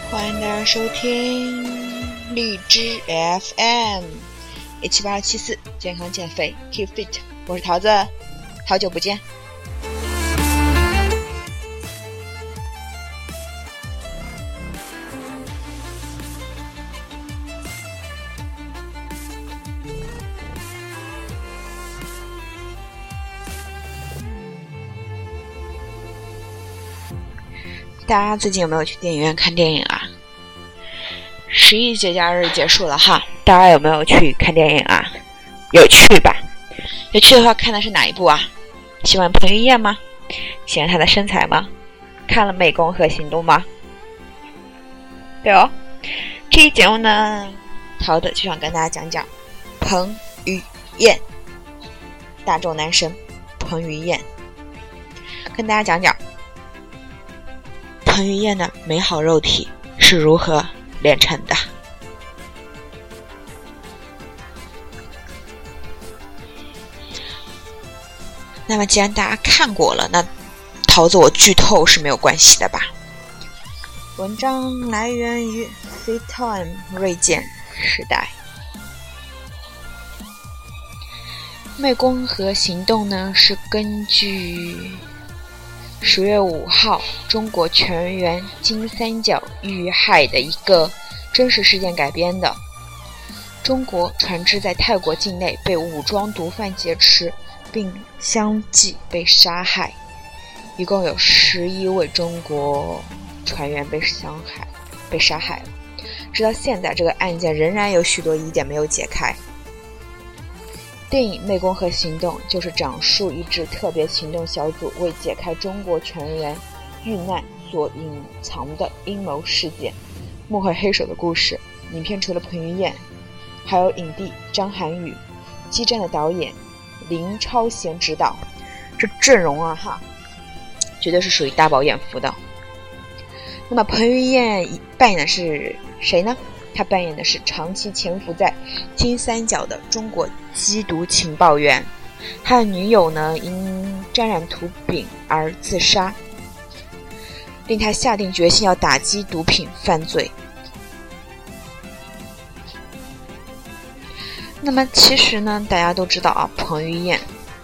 欢迎大家收听荔枝 FM 17874健康减肥 Keep Fit， 我是桃子，好久不见。大家最近有没有去电影院看电影啊？11节假日结束了哈，大家有没有去看电影啊？有去吧？有去的话看的是哪一部啊？喜欢彭于晏吗？喜欢他的身材吗？看了《湄公河行动》吗？对哦，这一节目呢，桃子就想跟大家讲讲彭于晏，大众男神彭于晏，跟大家讲讲彭于晏的美好肉体是如何炼成的。那么既然大家看过了，那桃子我剧透是没有关系的吧。文章来源于 FitTime 锐见时代。湄公河行动呢，是根据10月5号中国全员金三角遇害的一个真实事件改编的。中国船只在泰国境内被武装毒贩劫持，并相继被杀害，一共有11位中国船员被杀害。直到现在，这个案件仍然有许多疑点没有解开。电影《湄公河行动》就是讲述一支特别行动小组为解开中国船员遇难所隐藏的阴谋事件，幕后黑手的故事。影片除了彭于晏，还有影帝张涵予、激战的导演林超贤执导，这阵容啊哈，绝对是属于大饱眼福的。那么彭于晏扮演的是谁呢？他扮演的是长期潜伏在金三角的中国缉毒情报员，他的女友呢因沾染毒品而自杀，令他下定决心要打击毒品犯罪。那么其实呢，大家都知道啊，彭于晏，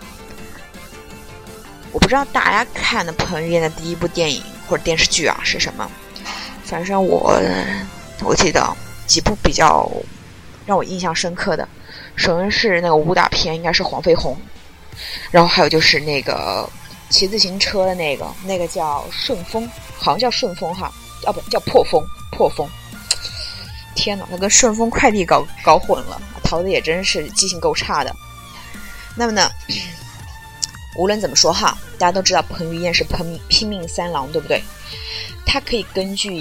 我不知道大家看的彭于晏的第一部电影或者电视剧啊是什么，反正我记得几部比较让我印象深刻的，首先是那个武打片，应该是黄飞鸿，然后还有就是那个骑自行车的那个叫顺风，好像叫顺风哈，不叫破风，天哪，我跟顺丰快递搞混了，桃子也真是记性够差的。那么呢，无论怎么说哈，大家都知道彭于晏是拼命三郎，对不对？他可以根据一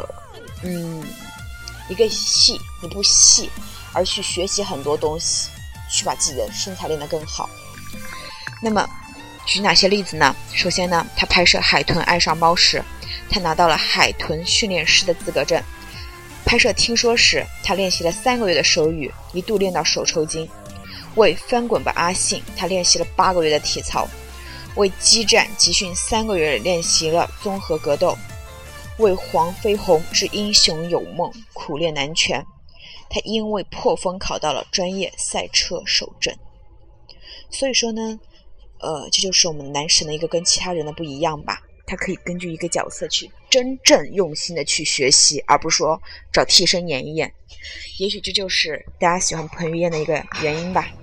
部戏而去学习很多东西，去把自己的身材练得更好。那么举哪些例子呢？首先呢，他拍摄海豚爱上猫时，他拿到了海豚训练师的资格证。拍摄听说时，他练习了3个月的手语，一度练到手抽筋。为翻滚吧阿信，他练习了8个月的体操。为激战集训3个月，练习了综合格斗。为黄飞鸿之英雄有梦，苦练南拳。他因为破风考到了专业赛车手证。所以说呢，这就是我们男神的一个跟其他人的不一样吧。他可以根据一个角色去真正用心的去学习，而不是说找替身演一演。也许这就是大家喜欢彭于晏的一个原因吧。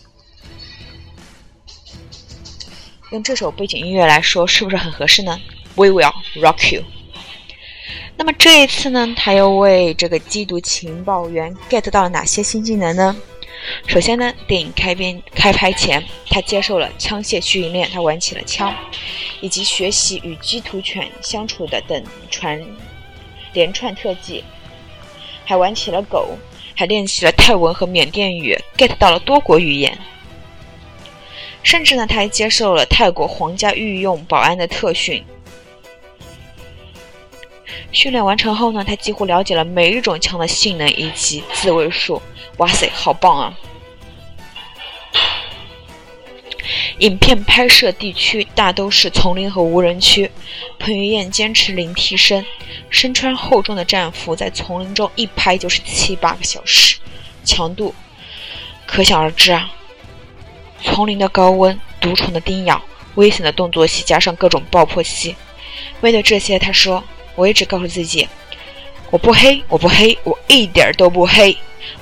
用这首背景音乐来说，是不是很合适呢？ We will rock you。那么这一次呢，他又为这个缉毒情报员 get 到了哪些新技能呢？首先呢，电影开拍前，他接受了枪械训练，他玩起了枪，以及学习与缉毒犬相处的等连串特技，还玩起了狗，还练习了泰文和缅甸语， get 到了多国语言。甚至呢，他还接受了泰国皇家御用保安的特训。训练完成后呢，他几乎了解了每一种枪的性能以及自卫术。哇塞，好棒啊！ 影片拍摄地区大都是丛林和无人区，彭于晏坚持零替身，身穿厚重的战服，在丛林中一拍就是7-8个小时，强度可想而知啊！丛林的高温、毒虫的叮咬、危险的动作戏，加上各种爆破戏，为了这些，他说：“我一直告诉自己，我不黑，我不黑，我一点都不黑，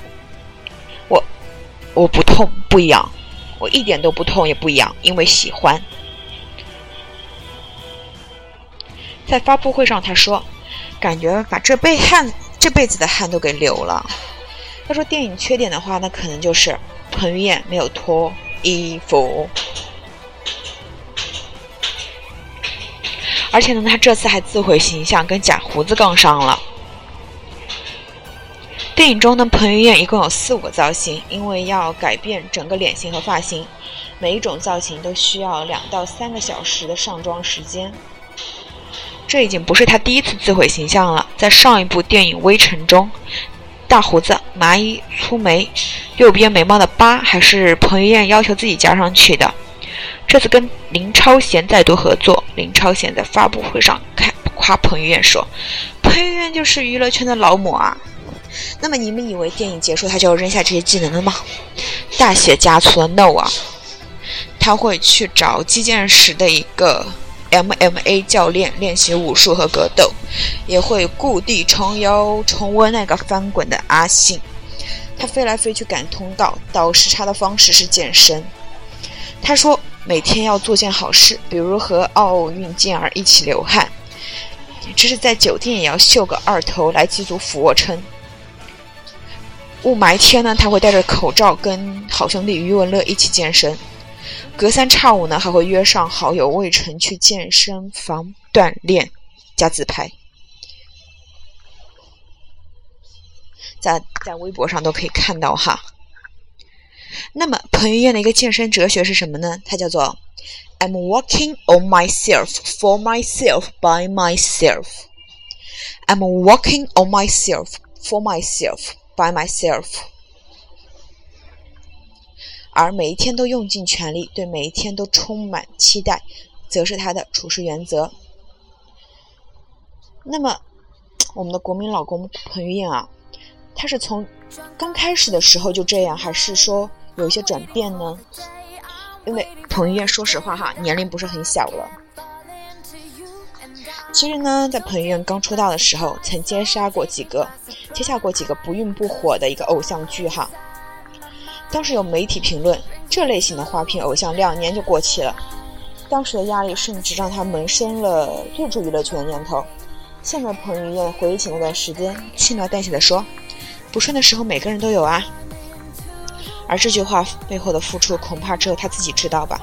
我不痛不痒。”我一点都不痛也不痒，因为喜欢。在发布会上他说，感觉把这辈子的汗都给流了。要说电影缺点的话，那可能就是彭于晏没有脱衣服，而且呢，他这次还自毁形象，跟假胡子杠上了。电影中呢，彭于晏一共有4-5个造型，因为要改变整个脸型和发型，每一种造型都需要2到3个小时的上妆时间。这已经不是他第一次自毁形象了，在上一部电影《微尘》中，大胡子、麻衣、粗眉、右边眉毛的疤还是彭于晏要求自己加上去的。这次跟林超贤再度合作，林超贤在发布会上夸彭于晏说，彭于晏就是娱乐圈的劳模啊。那么你们以为电影结束他就要扔下这些技能了吗？大写加粗的 no 啊！他会去找击剑室的一个 MMA 教练练习武术和格斗，也会故地重温那个翻滚的阿信。他飞来飞去赶通道，倒时差的方式是健身。他说每天要做件好事，比如和奥运健儿一起流汗，只是在酒店也要秀个2头来记住俯卧撑。雾霾天呢，他会戴着口罩跟好兄弟余文乐一起健身，隔3差5呢还会约上好友魏晨去健身房锻炼加自拍，在微博上都可以看到哈。那么彭于晏的一个健身哲学是什么呢？它叫做 I'm working on myself, for myself, by myself. I'm working on myself, for myself.By myself， 而每一天都用尽全力，对每一天都充满期待，则是他的处事原则。那么，我们的国民老公彭于晏啊，他是从刚开始的时候就这样，还是说有一些转变呢？因为彭于晏说实话哈，年龄不是很小了。其实呢，在彭于晏刚出道的时候，曾接下过几个不孕不火的一个偶像剧哈。当时有媒体评论，这类型的花瓶偶像2年就过气了。当时的压力甚至让他萌生了退出娱乐圈的念头。现在彭于晏回忆起那段时间，轻描淡写的说，不顺的时候每个人都有啊。而这句话背后的付出，恐怕只有他自己知道吧。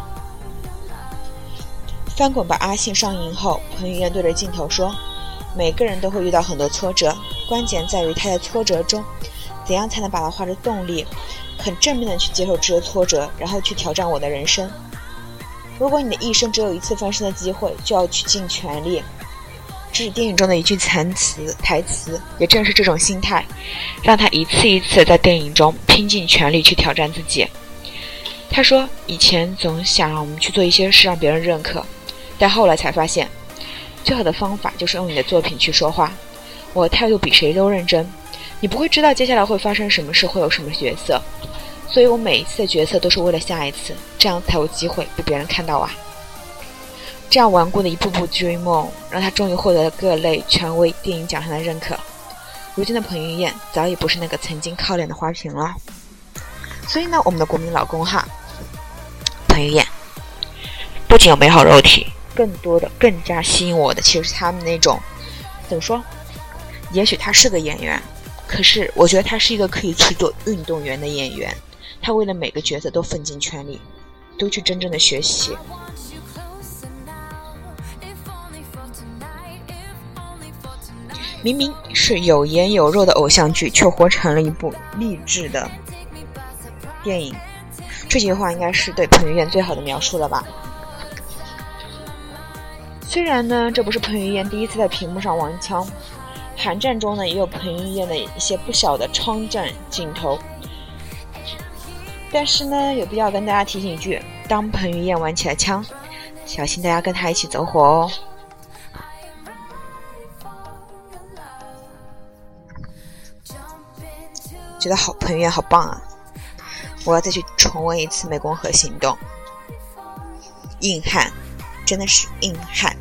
翻滚吧阿信上映后，彭于晏对着镜头说，每个人都会遇到很多挫折，关键在于他在挫折中怎样才能把它化成动力，很正面的去接受这些挫折，然后去挑战我的人生。如果你的一生只有一次翻身的机会，就要去尽全力。这是电影中的一句台词，也正是这种心态让他一次一次在电影中拼尽全力去挑战自己。他说以前总想我们去做一些事让别人认可，但后来才发现，最好的方法就是用你的作品去说话。我的态度比谁都认真，你不会知道接下来会发生什么事，会有什么角色，所以我每一次的角色都是为了下一次，这样才有机会被别人看到啊。这样顽固的一步步追梦，让他终于获得了各类权威电影奖项的认可。如今的彭于晏早已不是那个曾经靠脸的花瓶了。所以呢，我们的国民老公哈，彭于晏不仅有美好肉体，更加吸引我的其实是他们那种怎么说，也许他是个演员，可是我觉得他是一个可以去做运动员的演员。他为了每个角色都奋尽全力，都去真正的学习。明明是有颜有肉的偶像剧，却活成了一部励志的电影。这句话应该是对彭于晏最好的描述了吧。虽然呢，这不是彭于晏第一次在屏幕上玩枪，寒战中呢也有彭于晏的一些不小的枪战镜头，但是呢有必要跟大家提醒一句， 当彭于晏玩起了枪，小心大家跟他一起走火哦。觉得彭于晏好棒啊！我要再去重温一次湄公河行动，硬汉，真的是硬汉。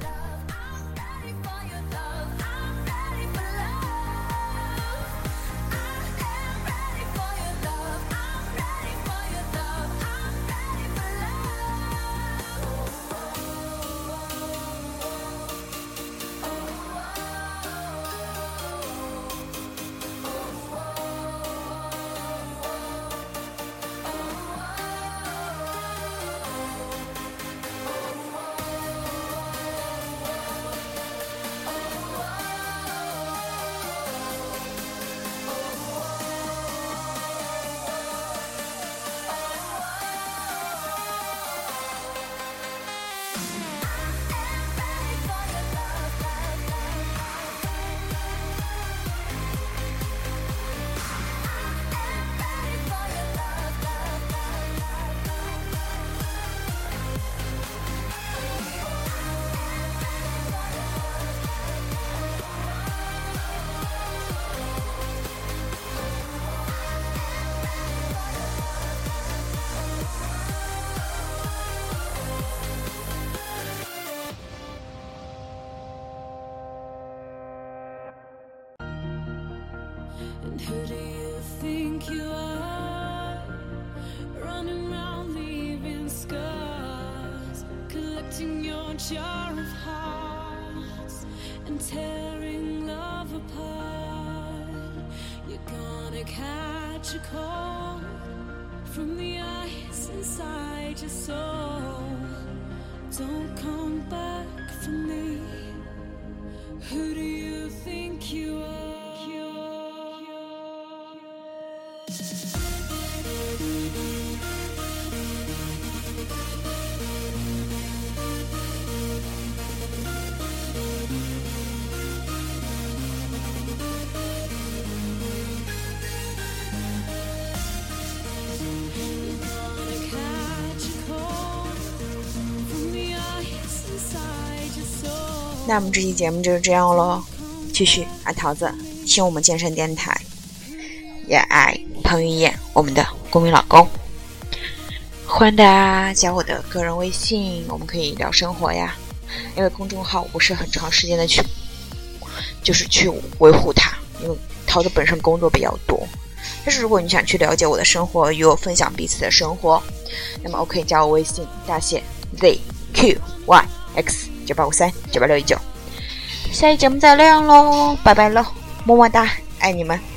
And who do you think you are? Running around leaving scars, collecting your jar of hearts and tearing love apart. You're gonna catch a cold from the ice inside your soul. Don't come back for me. Who do you think you are? 那么这期节目就是这样咯，继续爱桃子听我们健身电台，也爱彭于晏我们的公民老公。欢迎大家加我的个人微信，我们可以聊生活呀。因为公众号不是很长时间的去维护它，因为桃子本身工作比较多。但是如果你想去了解我的生活，与我分享彼此的生活，那么我可以加我微信大写 ZQYX985398619619。下一节目再亮咯，拜拜咯，么么哒，爱你们。